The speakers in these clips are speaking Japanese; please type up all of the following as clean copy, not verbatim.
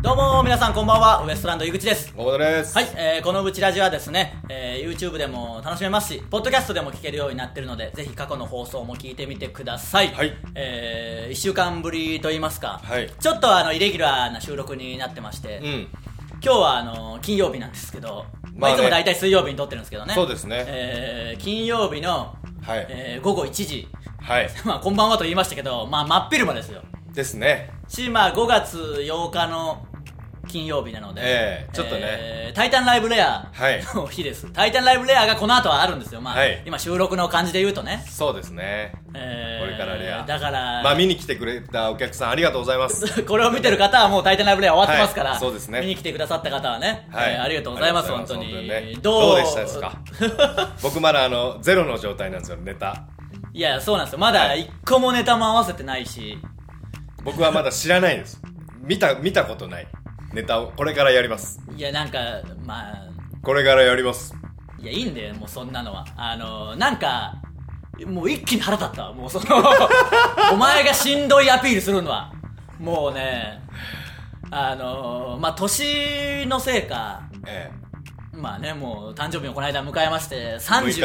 どうも皆さんこんばんは、ウエストランド井口です。 大田です。 はい、このブチラジはですね、YouTube でも楽しめますし、ポッドキャストでも聞けるようになっているので、ぜひ過去の放送も聞いてみてください。 はい。 1週間ぶりと言いますか、 はい、 ちょっとイレギュラーな収録になってまして、今日は金曜日なんですけど、いつも大体水曜日に撮ってるんですけどね。 そうですね。 金曜日の、午後1時、まあこんばんはと言いましたけど、まあ真っ昼間ですよ。 ですね。 まあ5月8日の金曜日なので、 ちょっとね、 タイタンライブレアの日です。タイタンライブレアがこの後はあるんですよ。まあ、今収録の感じで言うとね。 そうですね。これからレア。 だから、 まあ見に来てくれたお客さんありがとうございます。 これを見てる方はもうタイタンライブレア終わってますから、 そうですね。 見に来てくださって方はね、ありがとうございます、本当に。 どうでしたですか？僕まだゼロの状態なんですよ、ネタ。 いや、そうなんですよ。まだ一個もネタも合わせてないし。 僕はまだ知らないです。見たことない。ネタをこれからやります。 いや、なんかまあこれからやります。 いや、いいんだよもうそんなのは。なんかもう一気に腹立ったわ。もうお前がしんどいアピールするのはもうね、まあ年のせいか、まあね、もう誕生日をこの間迎えまして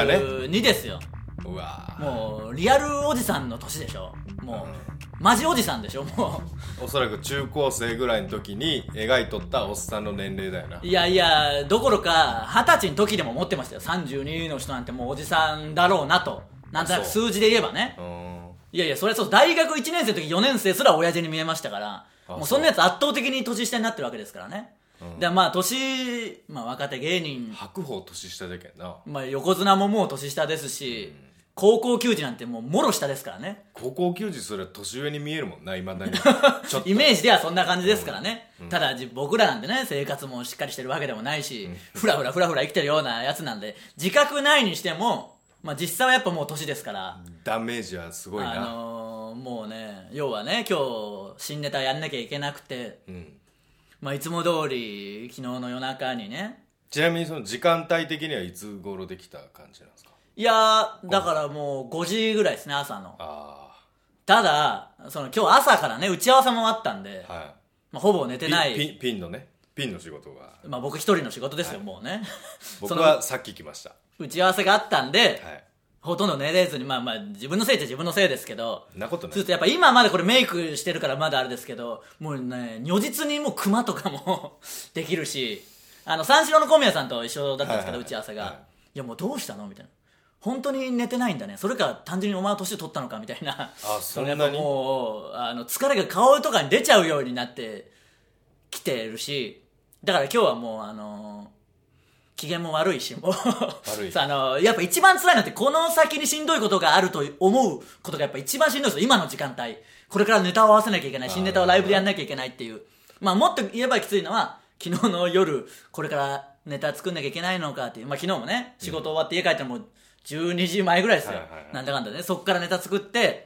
32ですよ。 うわ、 もうリアルおじさんの年でしょ。もう、マジおじさんでしょ。もうおそらく中高生ぐらいの時に描いとったおっさんの年齢だよな。 いやいや、どころか20歳の時でも思ってましたよ。32の人なんてもうおじさんだろうなと、なんとなく数字で言えばね。いやいや、それそう大学1年生の時4年生すら親父に見えましたから、もうそんなやつ圧倒的に年下になってるわけですからね。で、まあまあ若手芸人白鵬年下だけどな。 まあ横綱ももう年下ですし、高校球児なんてもうもろ下ですからね。 高校球児それは年上に見えるもんな、今だにイメージではそんな感じですからね。ただ僕らなんてね、生活もしっかりしてるわけでもないし、ふらふら生きてるようなやつなんで、自覚ないにしても、まあ実際はやっぱもう年ですから、 ダメージはすごいな。 もうね、要はね、今日新ネタやんなきゃいけなくて、まあいつも通り昨日の夜中にね。 ちなみにその時間帯的にはいつ頃できた感じなんですか？ いやー、だからもう5時ぐらいですね、朝の。ただ今日朝からね、打ち合わせもあったんで、まあ、ほぼ寝てない。 ピンの仕事が、 まあ僕一人の仕事ですよ、もうね。 僕はさっき来ました。 打ち合わせがあったんで、ほとんど寝れずに、まあまあ自分のせいっちゃ自分のせいですけど、 なことない。 ちょっとやっぱ今までこれメイクしてるからまだあれですけど、もうね、如実にもうクマとかもできるし、三四郎の小宮さんと一緒だったんですけど、打ち合わせが、いやもうどうしたのみたいな。本当に寝てないんだね。それか単純にお前は年取ったのかみたいな。 そんなにやっぱもう疲れが顔とかに出ちゃうようになってきてるし、だから今日はもう機嫌も悪いし、もうやっぱ一番辛いのって、この先にしんどいことがあると思うことがやっぱ一番しんどいですよ、今の時間帯。これからネタを合わせなきゃいけない、新ネタをライブでやんなきゃいけないっていう。まあもっと言えばきついのは、昨日の夜これからネタ作んなきゃいけないのかっていう。まあ昨日もね、仕事終わって家帰ったらもう12時前ぐらいですよ、なんだかんだね。そっからネタ作って、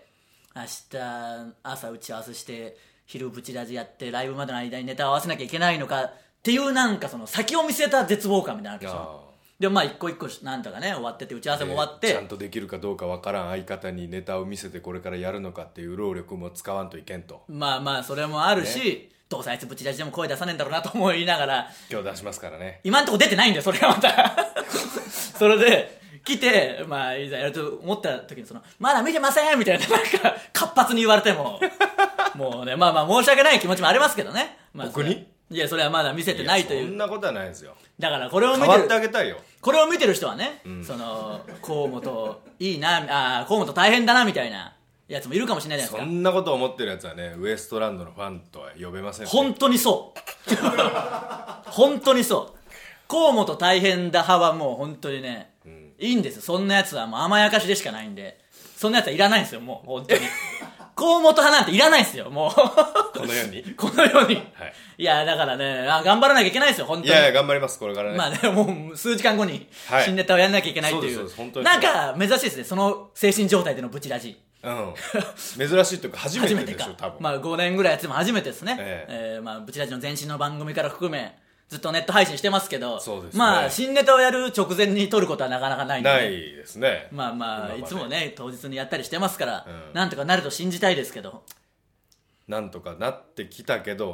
明日朝打ち合わせして昼ブチラジやってライブまでの間にネタを合わせなきゃいけないのかっていう、なんか先を見据えた絶望感みたいなわけでしょ。でもまあ一個一個なんとかね終わってて、打ち合わせも終わって、 ちゃんとできるかどうかわからん相方にネタを見せてこれからやるのかっていう労力も使わんといけんと。 まあまあそれもあるし、どうせあいつブチラジでも声出さねえんだろうなと思いながら、 今日出しますからね。 今んとこ出てないんだよ、それがまたそれで来て、まあいざやると思った時にまだ見てませんみたいな、なんか活発に言われてももうね、まあまあ申し訳ない気持ちもありますけどね、まあ、 僕にいやそれはまだ見せてないという。 そんなことはないですよ。 だからこれを見てる、 変わってあげたいよ。 これを見てる人はね、河本いいな、河本大変だなみたいなやつもいるかもしれないじゃないですか。 そんなこと思ってるやつはね、ウエストランドのファンとは呼べません。 本当にそう本当にそう。河本大変だ派はもう本当にね、いいんですよ。そんなやつはもう甘やかしでしかないんで、そんなやつはいらないんですよ、もう本当に河本派なんていらないですよ、もうこのようにこのように、いやだからね、頑張らなきゃいけないですよ、本当に。 いや頑張ります、これからね。 まあね、もう数時間後に新ネタをやんなきゃいけないっていう、なんか珍しいですね、その精神状態でのブチラジ。 珍しいというか初めてでしょ、多分。 まあ5年ぐらいやっても初めてですね。まあブチラジの前身の番組から含めずっとネット配信してますけど、まあ新ネタをやる直前に撮ることはなかなかないんで、 ないですね。 まあまあいつもね当日にやったりしてますから、なんとかなると信じたいですけど。 なんとかなってきたけど、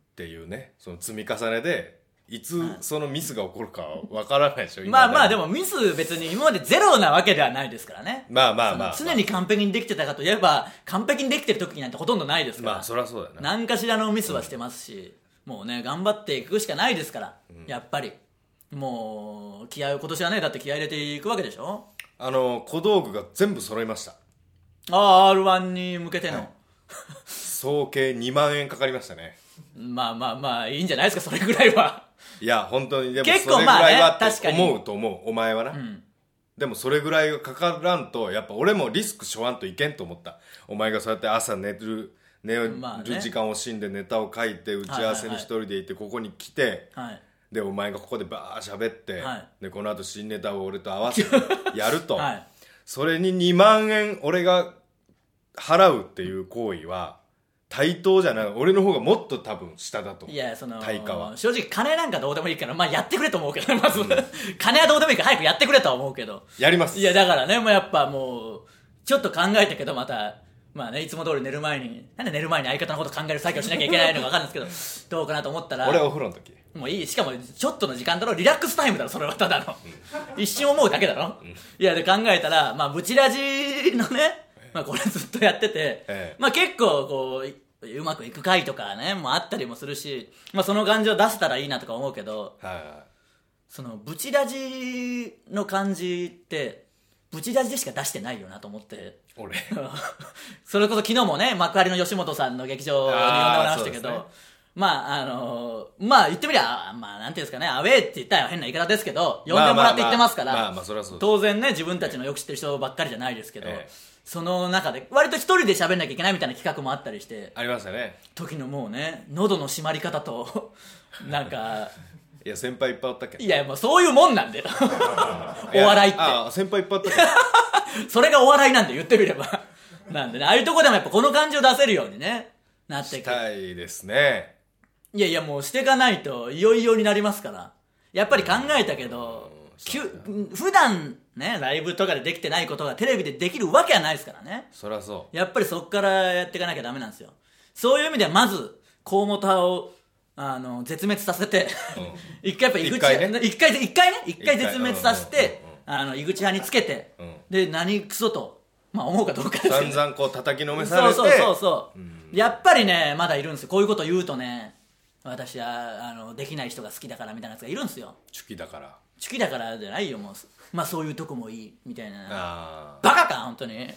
っていうね、その積み重ねでいつそのミスが起こるかわからないでしょ。 まあまあでもミス別に今までゼロなわけではないですからね。 まあまあまあ、 常に完璧にできてたかといえば完璧にできてる時なんてほとんどないですから。 まあそりゃそうだよな。 何かしらのミスはしてますし、もうね頑張っていくしかないですから、やっぱりもう気合を今年はね、だって気合入れていくわけでしょ。 小道具が全部揃いました。 ああ R1 に向けての、はい、 総計2万円かかりましたね。 まあまあまあいいんじゃないですか、それぐらいは。 いや本当にでも結それぐらいはって思うと思う、お前はな、でもそれぐらいがかからんとやっぱ俺もリスクしょわんといけんと思った。お前がそうやって朝寝る時間を惜しんでネタを書いて打ち合わせに一人でいてここに来て、でお前がここでバー喋って、でこの後新ネタを俺と合わせてやると、それに2万円俺が払うっていう行為は対等じゃない。俺の方がもっと多分下だと思う。 いやその対価は正直金なんかどうでもいいから、まあやってくれと思うけど、まず、金はどうでもいいから早くやってくれとは思うけど。 やります。 いやだからね、もうやっぱもうちょっと考えたけど、またまあね、いつも通り寝る前に、なんで寝る前に相方のこと考える作業しなきゃいけないのか分かるんですけどどうかなと思ったら、 俺はお風呂の時もういい、しかもちょっとの時間だろ、リラックスタイムだろそれは、ただの、一瞬思うだけだろ、いやで考えたら、まあブチラジのね、まあこれずっとやってて、まあ結構こうまくいく回とかねもあったりもするし、まあその感じを出せたらいいなとか思うけど、そのブチラジの感じってブチラジでしか出してないよなと思って、 俺それこそ昨日もね幕張の吉本さんの劇場に呼んでもらいましたけど、まあまあ言ってみりゃ、まあなんていうんですかね、アウェーって言ったら変な言い方ですけど、呼んでもらって言ってますから、当然ね自分たちのよく知ってる人ばっかりじゃないですけど、その中で割と一人で喋んなきゃいけないみたいな企画もあったりして、 ありましたね。 時のもうね喉の締まり方となんかいや先輩いっぱいおったっけ。 いやもうそういうもんなんだよお笑いって。 先輩いっぱいおったっけそれがお笑いなんで言ってみればなんでね、ああいうとこでもやっぱこの感じを出せるようにねなっていく。 したいですね。 いやいやもうしていかないといよいよになりますから。やっぱり考えたけど、普段ねライブとかでできてないことがテレビでできるわけはないですからね。 そりゃそう。 やっぱりそっからやっていかなきゃダメなんですよ。そういう意味ではまず河本派を絶滅させて、一回やっぱ井口一回絶滅させて、井口派につけて、で何クソと、まあ思うかどうかですけど、 散々こう叩きのめされて、 そう、やっぱりねまだいるんですよ。こういうこと言うとね、私はできない人が好きだからみたいなやつがいるんですよ。 チュキだからじゃないよ、もうまあそういうとこもいいみたいな。バカか本当に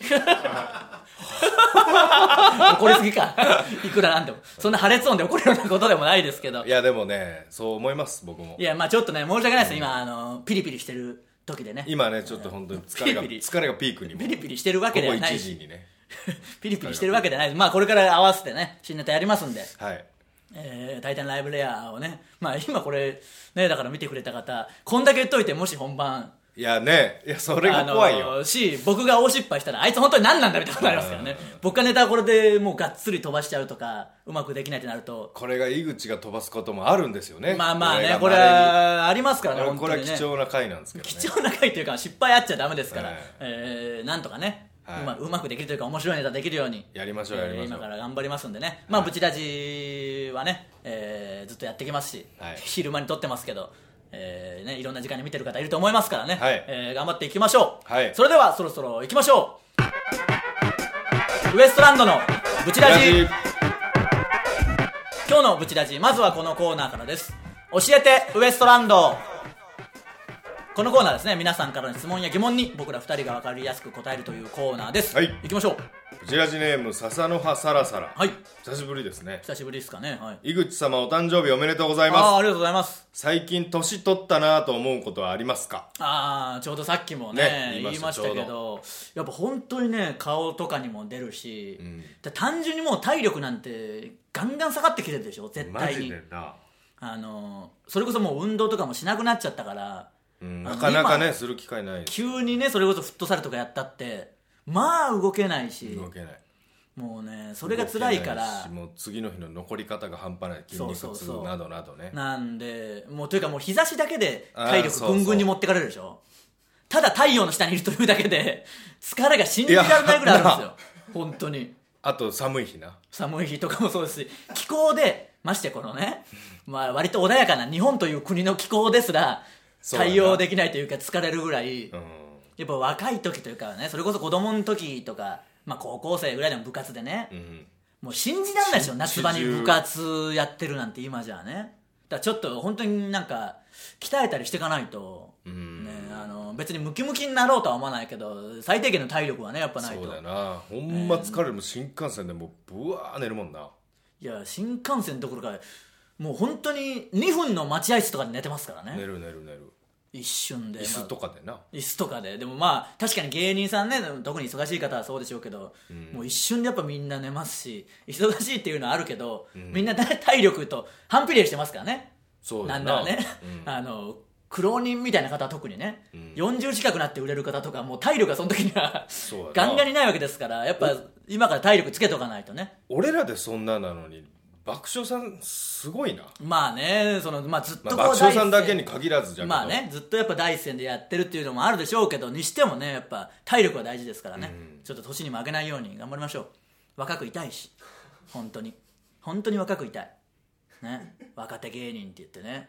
怒りすぎかいくらなんでもそんな破裂音で怒るようなことでもないですけど。 いやでもねそう思います、僕も。 いやまあちょっとね申し訳ないです、今ピリピリしてる時でね。 今ねちょっと本当に疲れがピークにもピリピリしてるわけではないし、 午後1時にねピリピリしてるわけではないです。まあこれから合わせてね新ネタやりますんで、 はい、 タイタンライブレアをね、まあ今これねだから見てくれた方こんだけ言っといて、もし本番いやそれが怖いよ、 僕が大失敗したらあいつ本当に何なんだみたいなことになりますからね。僕がネタこれでもうがっつり飛ばしちゃうとかうまくできないってなると、 これが井口が飛ばすこともあるんですよね。 まあまあねこれはありますからね。 これは貴重な回なんですけどね。 貴重な回というか失敗あっちゃダメですから、なんとかね、うまくできるというか面白いネタできるようにやりましょう今から頑張りますんでね。まあブチラジはね、ずっとやってきますし、昼間に撮ってますけど、いろんな時間に見てる方いると思いますからね、頑張っていきましょう、それではそろそろ行きましょう。ウエストランドのブチラジ。今日のブチラジ、まずはこのコーナーからです。教えてウエストランド。このコーナーですね、皆さんからの質問や疑問に僕ら2人が分かりやすく答えるというコーナーです。行きましょう。 ブチラジネーム笹の葉サラサラ。 はい、 久しぶりですね。 久しぶりですかね。 井口様お誕生日おめでとうございます。 ありがとうございます。 最近年取ったなと思うことはありますか。 ちょうどさっきもね言いましたけど、やっぱ本当にね顔とかにも出るし、単純にもう体力なんてガンガン下がってきてるでしょ絶対に。マジでな。それこそもう運動とかもしなくなっちゃったから、 なかなかねする機会ない。 急にねそれこそフットサルとかやったってまあ動けないし、 動けない。 もうねそれが辛いから、 もう次の日の残り方が半端ない、筋肉痛などなどね。 なんでもうというかもう日差しだけで体力ぐんぐんに持ってかれるでしょ。ただ太陽の下にいるというだけで疲れが信じられないぐらいあるんですよ本当に。 あと寒い日とかもそうですし、気候でましてこのねまあ割と穏やかな日本という国の気候ですら対応できないというか疲れるぐらい、やっぱ若い時というかね、それこそ子供の時とか、まあ、高校生ぐらいでも部活でね、もう信じられないですよ、夏場に部活やってるなんて今じゃね。だからちょっと本当になんか鍛えたりしていかないと、ね、別にムキムキになろうとは思わないけど最低限の体力はねやっぱないと。 そうだよな、ほんま疲れるも新幹線でもうブワー寝るもんな。 いや新幹線どころかもう本当に2分の待合室とかで寝てますからね。 寝る一瞬で椅子とかでな、 椅子とかで。でもまあ確かに芸人さんね、特に忙しい方はそうでしょうけど、もう一瞬でやっぱみんな寝ますし、忙しいっていうのはあるけど、みんな体力と反比例してますからね。 そうだな、 なんだらね、苦労人みたいな方は特にね、40近くなって売れる方とかもう体力がその時にはガンガンにないわけですから、やっぱ今から体力つけとかないとね。 俺らでそんななのに爆笑さんすごいな。 まあね、まあ、ずっとこう、 爆笑さんだけに限らずじゃん。 まあね、ずっとやっぱ第一線でやってるっていうのもあるでしょうけど、にしてもねやっぱ体力は大事ですからね、ちょっと年に負けないように頑張りましょう。若くいたいし、本当に若くいたいね。若手芸人って言ってね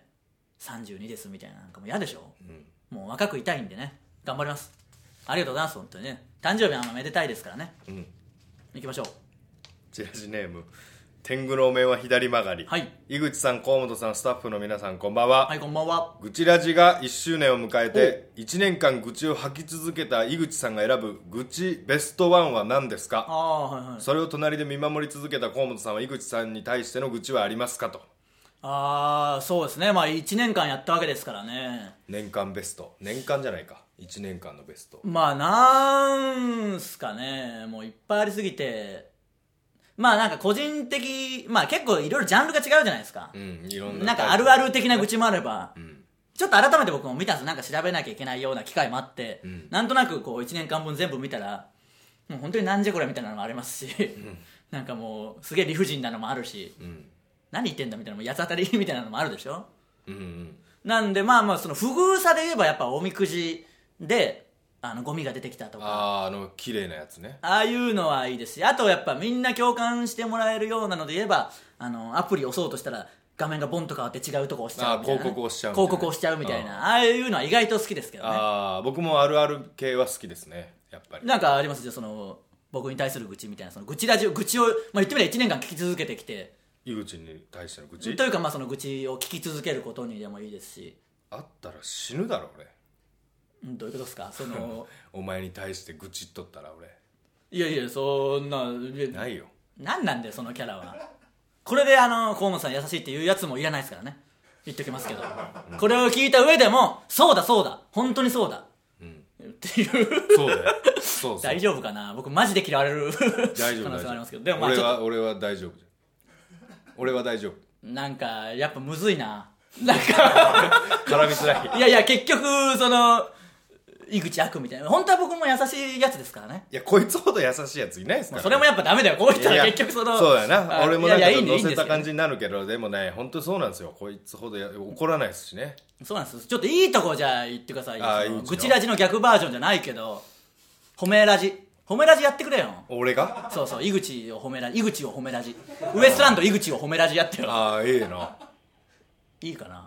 32ですみたいな、なんかもう嫌でしょ、もう若くいたいんでね頑張ります。ありがとうございます。本当にね、誕生日はめでたいですからね、行きましょう。 チラシネーム天狗のお面は左曲がり、 はい、 井口さん、河本さん、スタッフの皆さん、こんばんは。 はい、こんばんは。 愚痴ラジが1周年を迎えて1年間愚痴を吐き続けた井口さんが選ぶ愚痴ベストワンは何ですか？ はいはい、 それを隣で見守り続けた河本さんは井口さんに対しての愚痴はありますかと。 そうですね、まあ1年間やったわけですからね。 年間ベスト、年間じゃないか、1年間のベスト、 まあなんすかね、もういっぱいありすぎて、まあなんか個人的、まあ結構いろいろジャンルが違うじゃないですか、 いろんななんかあるある的な愚痴もあれば、ちょっと改めて僕も見たんです。なんか調べなきゃいけないような機会もあって、なんとなくこう1年間分全部見たらもう本当になんじゃこれみたいなのもありますし、なんかもうすげえ理不尽なのもあるし、何言ってんだみたいな、もう八つ当たりみたいなのもあるでしょ、なんでまあその不遇さで言えばやっぱおみくじでゴミが出てきたとか、 綺麗なやつね、 ああいうのはいいですし、あとやっぱみんな共感してもらえるようなので言えばアプリ押そうとしたら画面がボンと変わって違うとこ押しちゃうみたいな、 広告押しちゃうみたいな、ああいうのは意外と好きですけどね。 僕もあるある系は好きですね、やっぱり。 なんかありますじゃあ僕に対する愚痴みたいな、その愚痴を、まあ、言ってみれば1年間聞き続けてきて、 井口に対しての愚痴というか、まあその愚痴を聞き続けることにでもいいですし。 あったら死ぬだろ俺。 どういうことですか？ お前に対して愚痴っとったら俺。 いやそんなないよ。 なんなんだよそのキャラは。これで河本さん優しいっていうやつもいらないですからね、言っときますけど、これを聞いた上でもそうだ本当にそうだ、っていうそうだよそう大丈夫かな、僕マジで嫌われる大丈夫可能性はありますけど、でもまあ俺は大丈夫じゃん。俺は大丈夫。 なんかやっぱむずいな、なんか絡みづらい。 いや結局井口悪みたいな、本当は僕も優しいやつですからね。 いやこいつほど優しいやついないですから、ね、 それもやっぱダメだよ、こういったら結局そうだな、俺もなんか乗せた感じになるけど、でもね本当そうなんですよ、こいつほど怒らないですしね。 そうなんです。ちょっといいとこじゃあ言ってくださいよ。愚痴ラジの逆バージョンじゃないけど、褒めラジやってくれよ。 俺がそう井口を褒めラジ、ウエストランド井口を褒めラジやってよ。 いいな、 いいかな、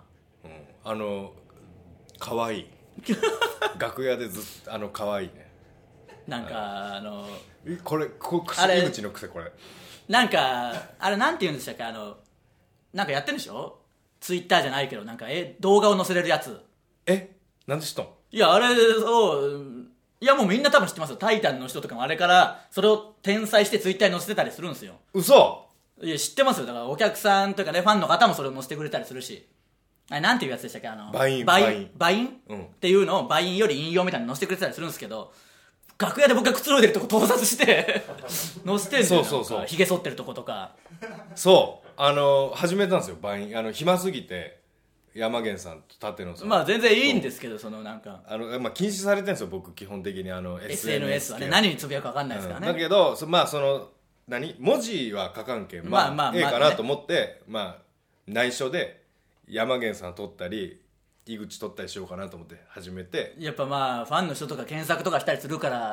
かわいい楽屋でずっとかわいいね。 なんかこれ井口の癖、これなんかあれなんて言うんでしたっけ、なんかやってるんでしょ、ツイッターじゃないけど、なんか動画を載せれるやつ。 なんで知ったの？ いやあれいやもうみんな多分知ってますよ。タイタンの人とかもあれからそれを転載してツイッターに載せてたりするんですよ。 嘘？ いや知ってますよ。だからお客さんとかね、ファンの方もそれを載せてくれたりするし、あれなんていうやつでしたっけ、バイン、っていうのをバインより引用みたいなの載せてくれてたりするんですけど、楽屋で僕がくつろいでるとこ盗撮して載せてんのよ。そうひげ剃ってるとことか。 始めたんですよ、バイン。暇すぎて山源さんと舘野さん、 まあ全然いいんですけど、なんか禁止されてるんですよ僕基本的に SNS はね、何につぶやくか分かんないですからね、 だけど文字は書かんけんええかなと思って、内緒で山源さん撮ったり井口撮ったりしようかなと思って始めて、 やっぱファンの人とか検索とかしたりするから、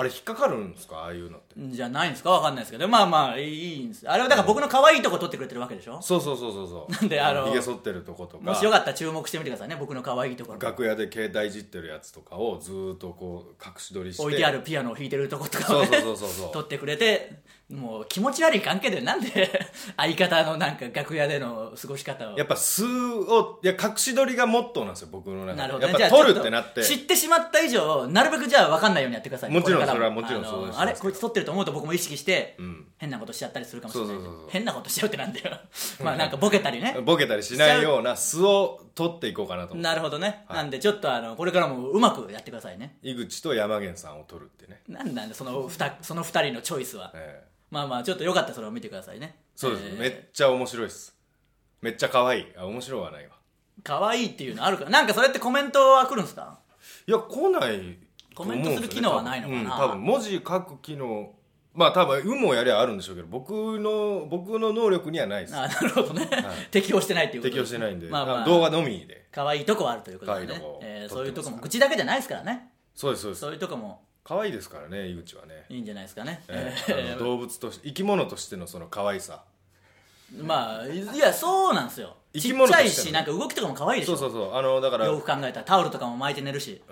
あれ引っかかるんですか、ああいうのって。 じゃないんですか、わかんないですけど、まあまあいいんです。あれはだから僕の可愛いとこ撮ってくれてるわけでしょ。 そうなんでひげ剃ってるとことか、 もしよかったら注目してみてくださいね、僕の可愛いところ。 楽屋で携帯いじってるやつとかをずーっとこう隠し撮りして置いてあるピアノを弾いてるとことかをね撮ってくれて、もう気持ち悪い関係で、なんで相方のなんか楽屋での過ごし方をやっぱ素を、いや隠し撮りがモットーなんですよ、僕の中で。 なるほど、ね、 やっぱ撮るってなって、 知ってしまった以上なるべくじゃあ分かんないようにやってください。 もちろんそれはもちろんそうです。 あれこいつ撮ってると思うと僕も意識して、変なことしちゃったりするかもしれない。変なことしちゃうってなんだよまあなんかボケたりね、 ボケたりしないような素を撮っていこうかなと思って。 なるほどね、なんでちょっとこれからもうまくやってくださいね。 井口と山源さんを撮るってね。 なんだその2人のチョイスは、まあまあちょっとよかったらそれを見てくださいね。 そうです、めっちゃ面白いです。めっちゃ可愛い。面白はないわ。 可愛いっていうのあるかなんかそれってコメントは来るんですか。 いや来ないコメントする機能はないのかな。 多分文字書く機能、まあ多分有無をやりゃあるんでしょうけど、僕の能力にはないです。 なるほどね、適応してないっていうこと。 適応してないんで、 まあまあ、 動画のみで可愛いとこはあるということでね、そういうとこも愚痴だけじゃないですからね。 そうですそうです。 そういうとこも可愛いですからね、井口はね。 いいんじゃないですかね、 動物として生き物としてのその可愛さ、 まあいやそうなんですよ。 生き物としてちっちゃいし、なんか動きとかも可愛いでしょ。 そうだからよく考えたらタオルとかも巻いて寝るし、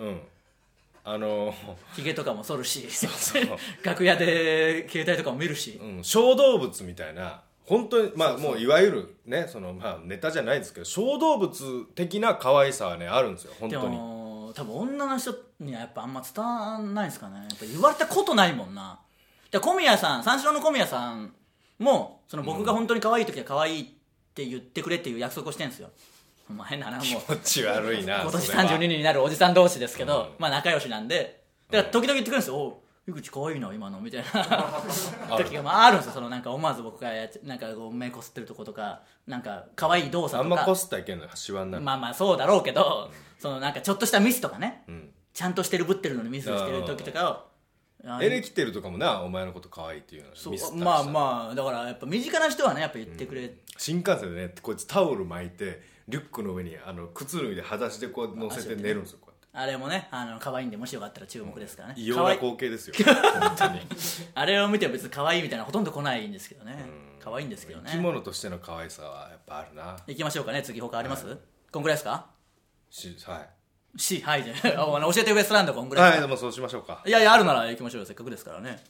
ひげとかも剃るし楽屋で携帯とかも見るし、 小動物みたいな、本当にまあもういわゆるね、そのまあネタじゃないですけど、小動物的な可愛さはねあるんですよ、本当に。 でも多分女の人にはやっぱあんま伝わんないですかね。やっぱ言われたことないもんな。で小宮さん、三四郎の小宮さんもその僕が本当に可愛い時は可愛いって言ってくれっていう約束をしてるんですよ。まあ、変な話、もう気持ち悪いな今年32人になるおじさん同士ですけど、まあ仲良しなんで、だから時々言ってくるんですよ。お井口可愛いな今のみたいな時がまああるんですよ。そのなんか思わず僕がなんかこう目こすってるとことか、なんか可愛い動作とか、 あんまこすったらいけんのよ、シワになる。 まあまあそうだろうけど、そのなんかちょっとしたミスとかね、ちゃんとしてるぶってるのにミスしてる時とかを、 エレキテルとかもな、お前のこと可愛いっていうのミスったりした。 まあまあだからやっぱ身近な人はねやっぱ言ってくれ、 新幹線でね、こいつタオル巻いてリュックの上に靴脱いで裸足でこう乗せて寝るんですよ。 あれもね可愛いんで、もしよかったら注目ですからね。 異様な光景ですよ本当にあれを見て別に可愛いみたいなほとんど来ないんですけどね。可愛いんですけどね。 生き物としての可愛さはやっぱあるな。 行きましょうかね。次他あります、こんぐらいですか。はいじゃあ教えてウエストランドこんぐらいですか。 はい、でもそうしましょうか。 いやあるなら行きましょうよ、せっかくですからね。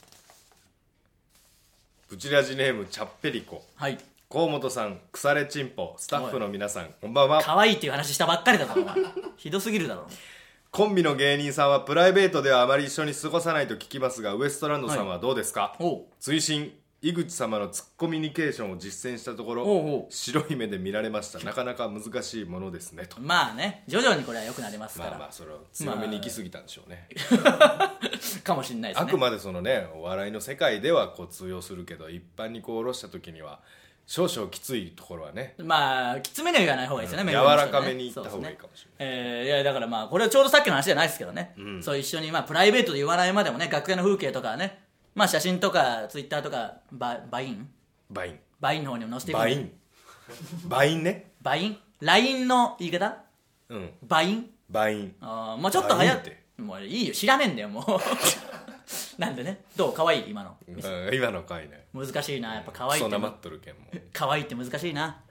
ブチラジネームチャッペリコ。 はい。 河本さん、腐れちんぽ、スタッフの皆さん、こんばんは。 可愛いっていう話したばっかりだぞお前ひどすぎるだろ。 コンビの芸人さんはプライベートではあまり一緒に過ごさないと聞きますが、ウエストランドさんはどうですか。追伸、井口様のツッコミュニケーションを実践したところ、白い目で見られました。なかなか難しいものですねと。 まあね、徐々にこれは良くなりますから。 まあまあそれを強めに行き過ぎたんでしょうね、 かもしれないですね。 あくまでそのね、お笑いの世界ではこう通用するけど、一般にこう下ろした時には少々きついところはね、 まあきつめには言わない方がいいですよね、 柔らかめにいった方がいいかもしれない、 いやだからまあこれはちょうどさっきの話じゃないですけどね、そう一緒にまあプライベートで言わないまでもね、楽屋の風景とかね、まあ写真とかツイッターとかバインの方にも載せてみる。 バインね、 LINE の言い方、バインもうちょっと早ってもういいよ、知らねえんだよもうなんでね、どう可愛い今の可愛いね。 難しいな、やっぱ可愛いって可愛いって難しいな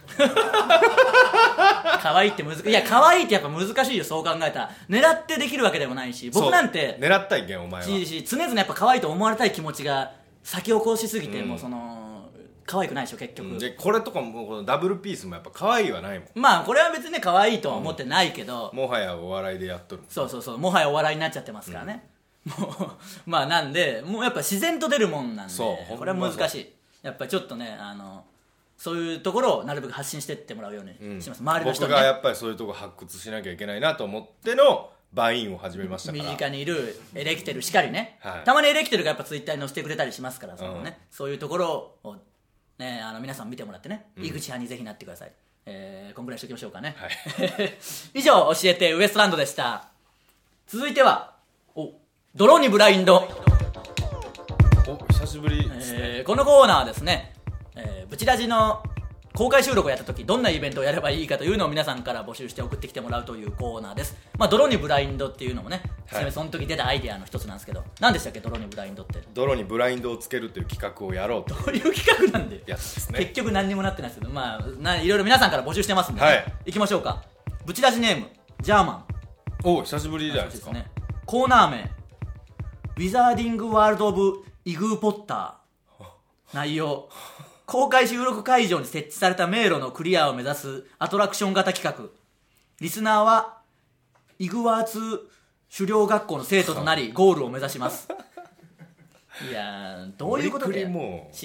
可愛いっていや可愛いってやっぱ難しいよ、そう考えたら。狙ってできるわけでもないし、僕なんて狙ったいけんお前は常々やっぱ可愛いと思われたい気持ちが先を越しすぎて、もうその可愛くないでしょ結局、 でこれとかもこのダブルピースもやっぱ可愛いはないもん。 まあこれは別にね可愛いとは思ってないけど、 もはやお笑いでやっとるもん。 そうもはやお笑いになっちゃってますからね、もうまあなんでもうやっぱ自然と出るもんなんで、これは難しい。やっぱちょっとねそういうところをなるべく発信してってもらうようにします、周りの人に、ね、 僕がやっぱりそういうところ発掘しなきゃいけないなと思ってのバインを始めましたから。 身近にいるエレキテルしかりね、たまにエレキテルがやっぱツイッターに載せてくれたりしますから、そういうところを、ね、皆さん見てもらってね、井口派にぜひなってください。こんぐらいしておきましょうかね、以上教えてウエストランドでした。続いては泥にブラインド。 久しぶりですね、 このコーナーはですね、ブチラジの公開収録をやった時どんなイベントをやればいいかというのを皆さんから募集して送ってきてもらうというコーナーです。まあ泥にブラインドっていうのもね、はい、その時出たアイデアの一つなんですけど、何でしたっけ泥にブラインドって。 泥にブラインドをつけるという企画をやろうと。 どういう企画なんでやつですね。 結局何にもなってないですけど、まあいろいろ皆さんから募集してますんで、ね、はい、行きましょうか。ブチラジネームジャーマン。 お久しぶりじゃないですか。 ね、コーナー名ウィザーディングワールド・オブ・イグー・ポッター。内容、公開収録会場に設置された迷路のクリアを目指すアトラクション型企画。リスナーはイグワーツ狩猟学校の生徒となりゴールを目指します。いやー、どういうことで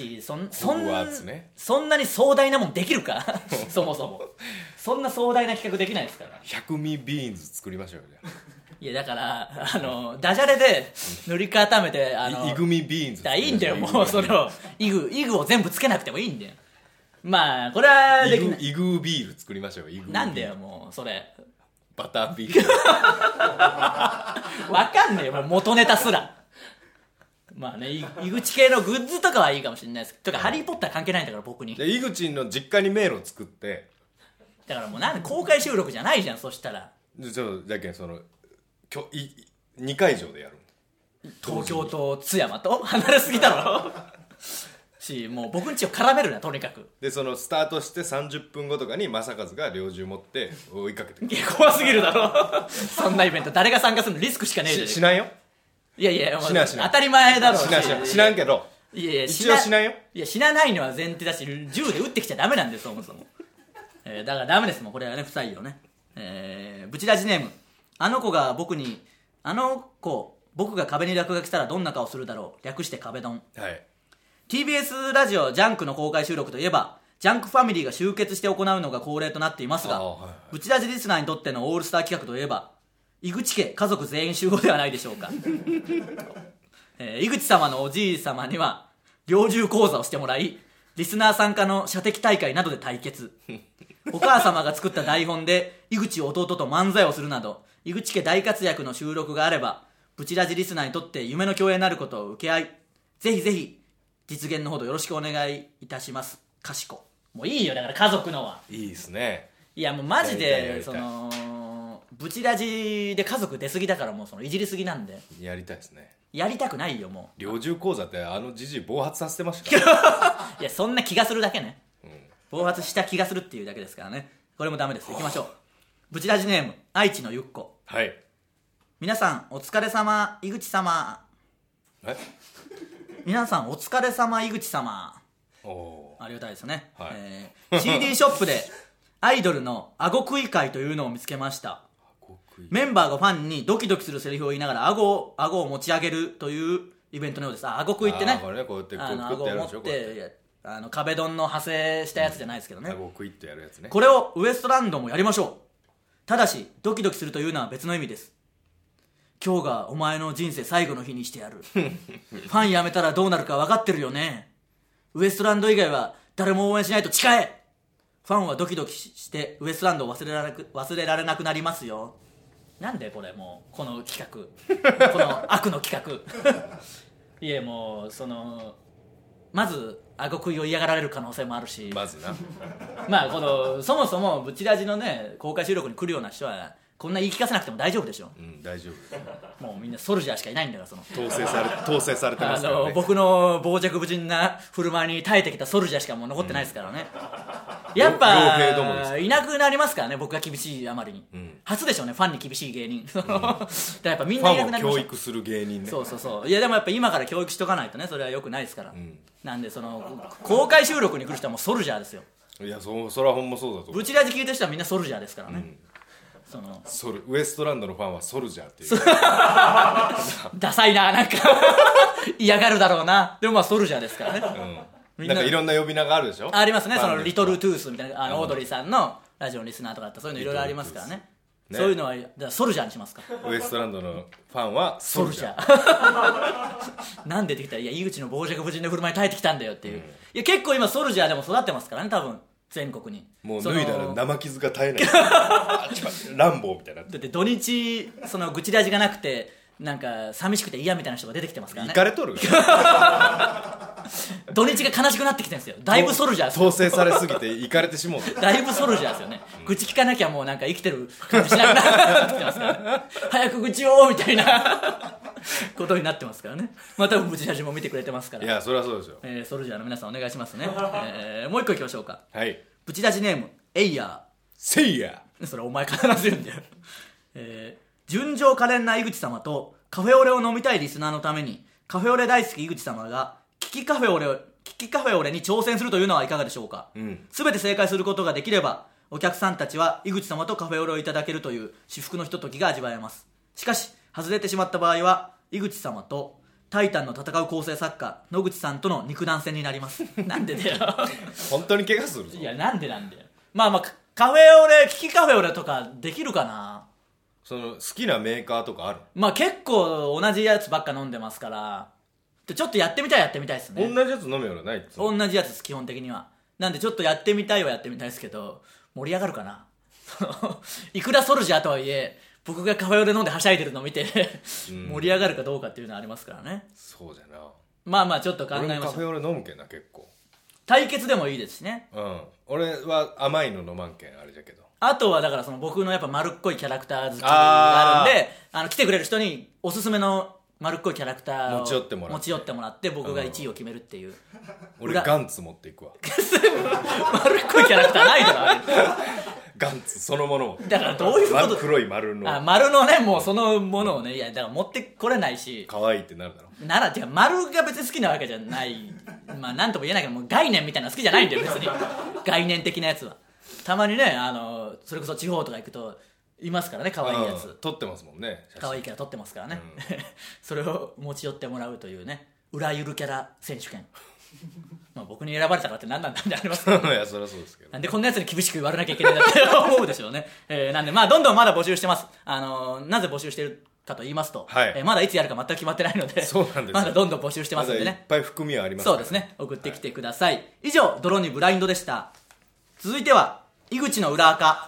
そんなに壮大なもんできるかそもそもそんな壮大な企画できないですから。 100味ビーンズ作りましょうよ。 いやだからダジャレで塗り固めてイグミビーンズいいんだよ。もうそのイグを全部つけなくてもいいんだよ。まあこれはできない。 イグビール作りましょう。イグなんだよもうそれバタービールわかんねえよもう元ネタすら。まあね、井口系のグッズとかはいいかもしれないですけど、ハリーポッター関係ないんだから僕に。 で井口の実家に迷路を作って、 だからもうなんで公開収録じゃないじゃん。そしたらだけどその2会場でやる。 東京と津山と離れすぎだろし、もう僕ん家を絡めるなとにかく。 でそのスタートして30分後とかに正和が猟銃持って追いかけてくる。 怖すぎるだろそんなイベント誰が参加するの。リスクしかねえじゃん。 しないよ。 いやいや、当たり前だろうしなんけど、 いやいや一応しないよ。 いや死なないのは前提だし、銃で撃ってきちゃダメなんですそもそも。だからダメですもんこれはね、不採用ね。ブチラジネーム、僕が壁に落書きしたらどんな顔するだろう、略して壁ドン。 はい。 TBS ラジオジャンクの公開収録といえばジャンクファミリーが集結して行うのが恒例となっていますが、ブチラジリスナーにとってのオールスター企画といえば井口家家族全員集合ではないでしょうか。井口様のおじい様には猟銃講座をしてもらい、リスナー参加の射的大会などで対決。お母様が作った台本で井口弟と漫才をするなど井口家大活躍の収録があればブチラジリスナーにとって夢の共演になることを受け合い、ぜひぜひ実現のほどよろしくお願いいたします。かしこ。もういいよだから家族のは。 いいですね。 いやもうマジでそのブチラジで家族出過ぎだから、もうそのいじりすぎなんでやりたいですね。 やりたくないよもう。 猟銃講座ってじじい暴発させてましたからいやそんな気がするだけね、暴発した気がするっていうだけですからね。これもダメです。いきましょう。ブチラジネーム愛知のゆっこ。 はい。 皆さんお疲れ様井口様。皆さんお疲れ様井口様。ありがたいですね、はい。CD ショップでアイドルの顎食い会というのを見つけました。メンバーがファンにドキドキするセリフを言いながら顎を持ち上げるというイベントのようです。顎食いってね、 こうやって顎を持って壁ドンの派生したやつじゃないですけどね、 顎食いってやるやつね。 これをウエストランドもやりましょう。ただしドキドキするというのは別の意味です。今日がお前の人生最後の日にしてやるファン辞めたらどうなるか分かってるよね。ウエストランド以外は誰も応援しないと誓え。ファンはドキドキしてウエストランドを忘れられなくなりますよ。なんでこれもうこの企画この悪の企画いやもうまず顎食いを嫌がられる可能性もあるし、 まずなまあそもそもブチラジのね公開収録に来るような人はこんな言い聞かせなくても大丈夫でしょ。 大丈夫。 もうみんなソルジャーしかいないんだから。 統制されてますからね。 僕の傍若無人な振る舞いに耐えてきたソルジャーしかもう残ってないですからね、やっぱいなくなりますからね僕が厳しいあまりに、初でしょうねファンに厳しい芸人だからやっぱみんないなくなりました。 ファンを教育する芸人ね。 そういやでもやっぱ今から教育しとかないとねそれは良くないですから、なんで公開収録に来る人はもうソルジャーですよ。 いやそれはほんまそうだと思う。 ブチラジ聞いてる人はみんなソルジャーですからね、 ウエストランドのファンはソルジャーっていうダサいな、なんか嫌がるだろうな。でもまあソルジャーですからね、 なんかいろんな呼び名があるでしょ。 ありますね。リトルトゥースみたいなオードリーさんのラジオのリスナーとかだったらそういうのいろいろありますからね。そういうのはソルジャーにしますか。 ウエストランドのファンはソルジャーなんでできたら、いや井口の傍若無人の振る舞い耐えてきたんだよっていう、いや結構今ソルジャーでも育ってますからね多分全国に。 もう脱いだら生傷が絶えないランボーみたいな。 だって土日愚痴ラジがなくてなんか寂しくて嫌みたいな人が出てきてますからね。 行かれとる土日が悲しくなってきてるんですよ。だいぶソルジャーですよ。 統制されすぎて行かれてしもうてだいぶソルジャーですよね、愚痴聞かなきゃもうなんか生きてる感じしなくなってきてますからね。早く愚痴をみたいなことになってますからね。まあ多分ブチラジも見てくれてますから。 いやそりゃそうですよ、 ソルジャーの皆さんお願いしますね。もう一個いきましょうか。 はい。 ブチラジネームエイヤー。 せいや。 それお前必ず言うんだよ。純情可憐な井口様とカフェオレを飲みたいリスナーのためにカフェオレ大好き井口様がキキカフェオレに挑戦するというのはいかがでしょうか。すべて正解することができればお客さんたちは井口様とカフェオレをいただけるという至福のひとときが味わえます。しかし外れてしまった場合は井口様とタイタンの戦う構成作家野口さんとの肉弾戦になります。なんでだよ本当に怪我するぞ。 いやなんでなんだよ。まあカフェオレキキカフェオレとかできるかな。 その好きなメーカーとかある？ まあ結構同じやつばっか飲んでますからちょっとやってみたいですね。 同じやつ飲むようなないっつうの？ 同じやつです基本的には。なんでちょっとやってみたいですけど盛り上がるかな。いくらソルジャーとはいえ僕がカフェオレ飲んではしゃいでるのを見て盛り上がるかどうかっていうのはありますからね。 そうじゃな。 まあちょっと考えましょう。 俺もカフェオレ飲むけんな結構。 対決でもいいですしね。 俺は甘いの飲まんけんあれじゃけど。 あとはだからその僕のやっぱ丸っこいキャラクター好きがあるんで来てくれる人におすすめの丸っこいキャラクターを持ち寄ってもらって僕が1位を決めるっていう。 俺ガンツ持っていくわ。 丸っこいキャラクターないだろあれ。 ガンツそのものを。 だからどういうこと？ 黒い丸の。 丸のねもうそのものをねいやだから持ってこれないし。 可愛いってなるだろ。 違う丸が別に好きなわけじゃない。まあなんとも言えないけどもう概念みたいなの好きじゃないんだよ別に。概念的なやつは。たまにねそれこそ地方とか行くといますからね可愛いやつ。 撮ってますもんね。 可愛いキャラ撮ってますからね。それを持ち寄ってもらうというね裏ゆるキャラ選手権。まあ僕に選ばれたからって何なんだってありますけど、 いやそりゃそうですけど。 なんでこんなやつに厳しく言われなきゃいけないんだって思うでしょうね。なんでまあどんどんまだ募集してます。なぜ募集してるかと言いますと、まだいつやるか全く決まってないので、 そうなんです。 まだどんどん募集してますんでね。 まだいっぱい含みはありますからね。 そうですね。送ってきてください。以上泥にブラインドでした。続いては井口の裏垢。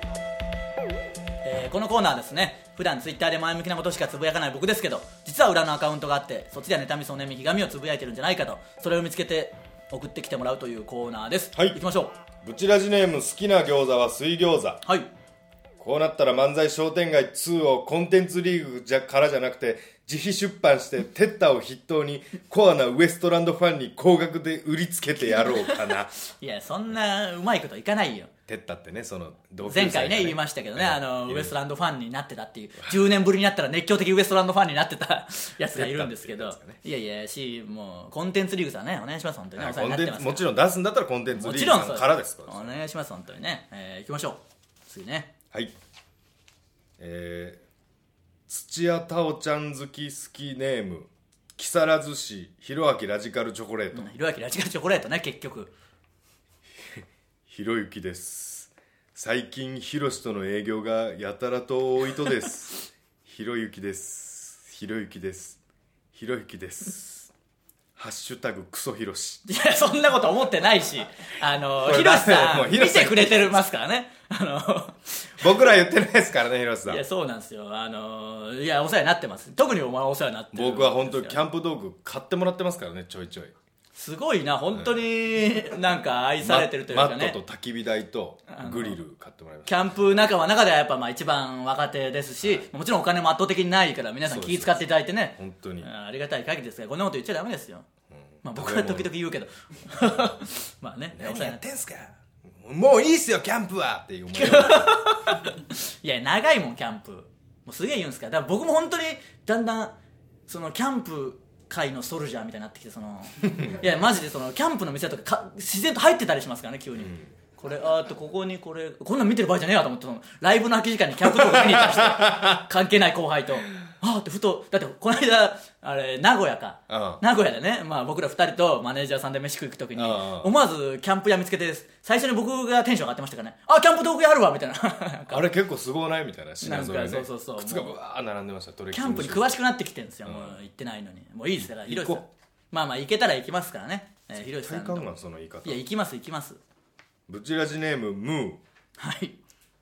このコーナーですね普段ツイッターで前向きなことしかつぶやかない僕ですけど実は裏のアカウントがあってそっちでは妬みそねみひがみをつぶやいてるんじゃないかとそれを見つけて送ってきてもらうというコーナーです。 はい、 行きましょう。ブチラジネーム好きな餃子は水餃子。 はい。 こうなったら漫才商店街2をコンテンツリーグからじゃなくて自費出版してテッタを筆頭にコアなウエストランドファンに高額で売りつけてやろうかな。 いやそんなうまいこといかないよ。 テッタってねその同級生、前回ね言いましたけどね、ウエストランドファンになってたっていう10年ぶりになったら熱狂的ウエストランドファンになってたやつがいるんですけど、いやいやもうコンテンツリーグさんねお願いします本当にね。お世話になってます。 もちろん出すんだったらコンテンツリーグさんからです。 お願いします本当にね。行きましょう次ね。 はい。土屋太鳳ちゃん好き好きネーム木更津市ひろあきラジカルチョコレート。 ひろあきラジカルチョコレートね結局。 ひろゆきです。最近ひろしとの営業がやたらと多いとです。ひろゆきですひろゆきですひろゆきです。ハッシュタグクソひろし。 いやそんなこと思ってないしひろしさん見てくれてますからね。 僕ら言ってないですからねひろしさん。 いやそうなんですよ。いやお世話になってます。特にお前はお世話になってる。 僕は本当にキャンプ道具買ってもらってますからねちょいちょい。 すごいな本当になんか愛されてるというかね。 マットと焚き火台とグリル買ってもらいました。 キャンプ仲間の中ではやっぱ一番若手ですし、もちろんお金も圧倒的にないから皆さん気遣っていただいてね本当にありがたい限りですがこんなこと言っちゃダメですよ。僕は時々言うけどまあね何やってんすかもういいっすよキャンプはっていう思い。 いや長いもんキャンプもうすげえ言うんですから。だから僕も本当にだんだんそのキャンプ界のソルジャーみたいになってきていやマジでキャンプの店とか自然と入ってたりしますからね急に、これここにこんなん見てる場合じゃねえわと思ってライブの空き時間にキャンプ動画見に行ったりして関係ない後輩とってふとだってこの間あれ名古屋でね、僕ら2人とマネージャーさんで飯食い行く時に思わずキャンプ屋見つけて最初に僕がテンション上がってましたからねキャンプ道具屋あるわみたいなあれ結構すごないみたいな品揃えね。 そう靴がブワー並んでました。 キャンプに詳しくなってきてるんですよ。もう行ってないのにもういいですから広瀬さん行けたら行きますからね。広瀬さん体感がその言い方。 いや行きます。 ブチラジネームムー。 はい。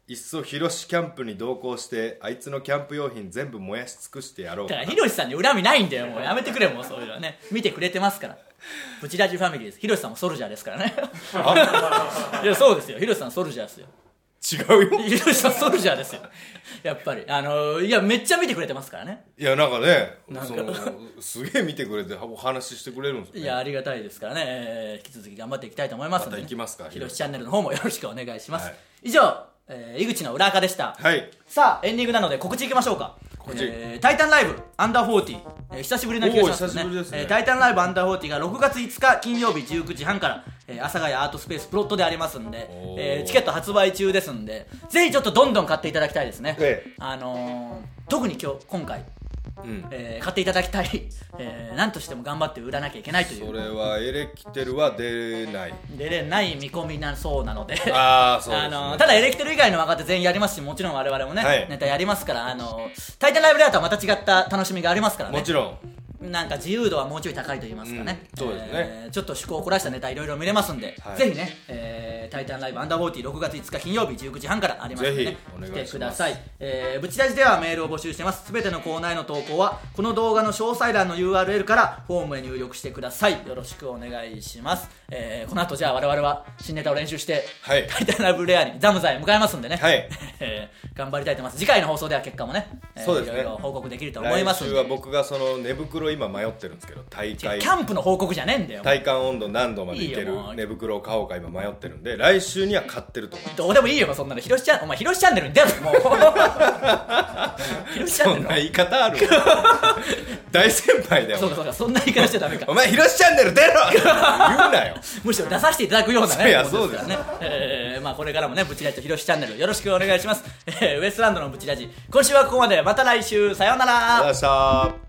いっそヒロシキャンプに同行してあいつのキャンプ用品全部燃やし尽くしてやろう。 だからヒロシさんに恨みないんだよ、もうやめてくれ、もうそういうのはね。見てくれてますから。ブチラジファミリーです。ヒロシさんもソルジャーですからね。いやそうですよ、ヒロシさんソルジャーですよ。 違うよ、 ヒロシさんソルジャーですよ、やっぱりいやめっちゃ見てくれてますからね。 いやなんかね、すげえ見てくれてお話ししてくれるんですよね。 いやありがたいですからね、引き続き頑張っていきたいと思いますので、 また行きますか。 ヒロシチャンネルの方もよろしくお願いします、 はい、 以上、井口の裏垢でした。 はい、 さあエンディングなので告知いきましょうか。タイタンライブアンダー40、久しぶりな気がしますね。タイタンライブアンダー40が6月5日金曜日19時半から、阿佐ヶ谷アートスペースプロットでありますんで、チケット発売中ですんで、ぜひちょっとどんどん買っていただきたいですね。特に今回、買っていただきたい、何としても頑張って売らなきゃいけないという。 それはエレキテルは出れない見込みなそうなのでそうですね、 ただエレキテル以外の若手全員やりますし、もちろん我々もね、はい、ネタやりますから、タイタンライブレアとはまた違った楽しみがありますからね。 もちろんなんか自由度はもうちょい高いと言いますかね、 そうですね、 ちょっと趣向を凝らしたネタいろいろ見れますんで、はい、ぜひね、タイタンライブアンダー40 6月5日金曜日19時半からありますので、ね、来てください。ブチラジではメールを募集してます。すべてのコーナーへの投稿はこの動画の詳細欄の URL からフォームへ入力してください。よろしくお願いします。この後じゃあ我々は新ネタを練習して、はい、タイタンライブレアにザムザへ向かいますんでね、はい、頑張りたいと思います。次回の放送では結果もね、 そうですね、 いろいろ報告できると思いますんで。 来週は僕がその寝袋今迷ってるんですけど、大会キャンプの報告じゃねえんだよ。 体感温度何度までいける寝袋を買おうか今迷ってるんで、来週には買ってると思う。 どうでもいいよそんなの。ヒロシチャンネルに出るもうヒロシチャンネル、 そんな言い方ある大先輩だよ。 そうかそんな言い方しちゃダメか。 お前ヒロシチャンネル出ろ言うなよむしろ出させていただくようなね。 いやそうですね、まあこれからもねブチラジとヒロシチャンネルよろしくお願いします。ウエストランドのブチラジ、今週はここまで。また来週、さようなら。 ありがとうございました。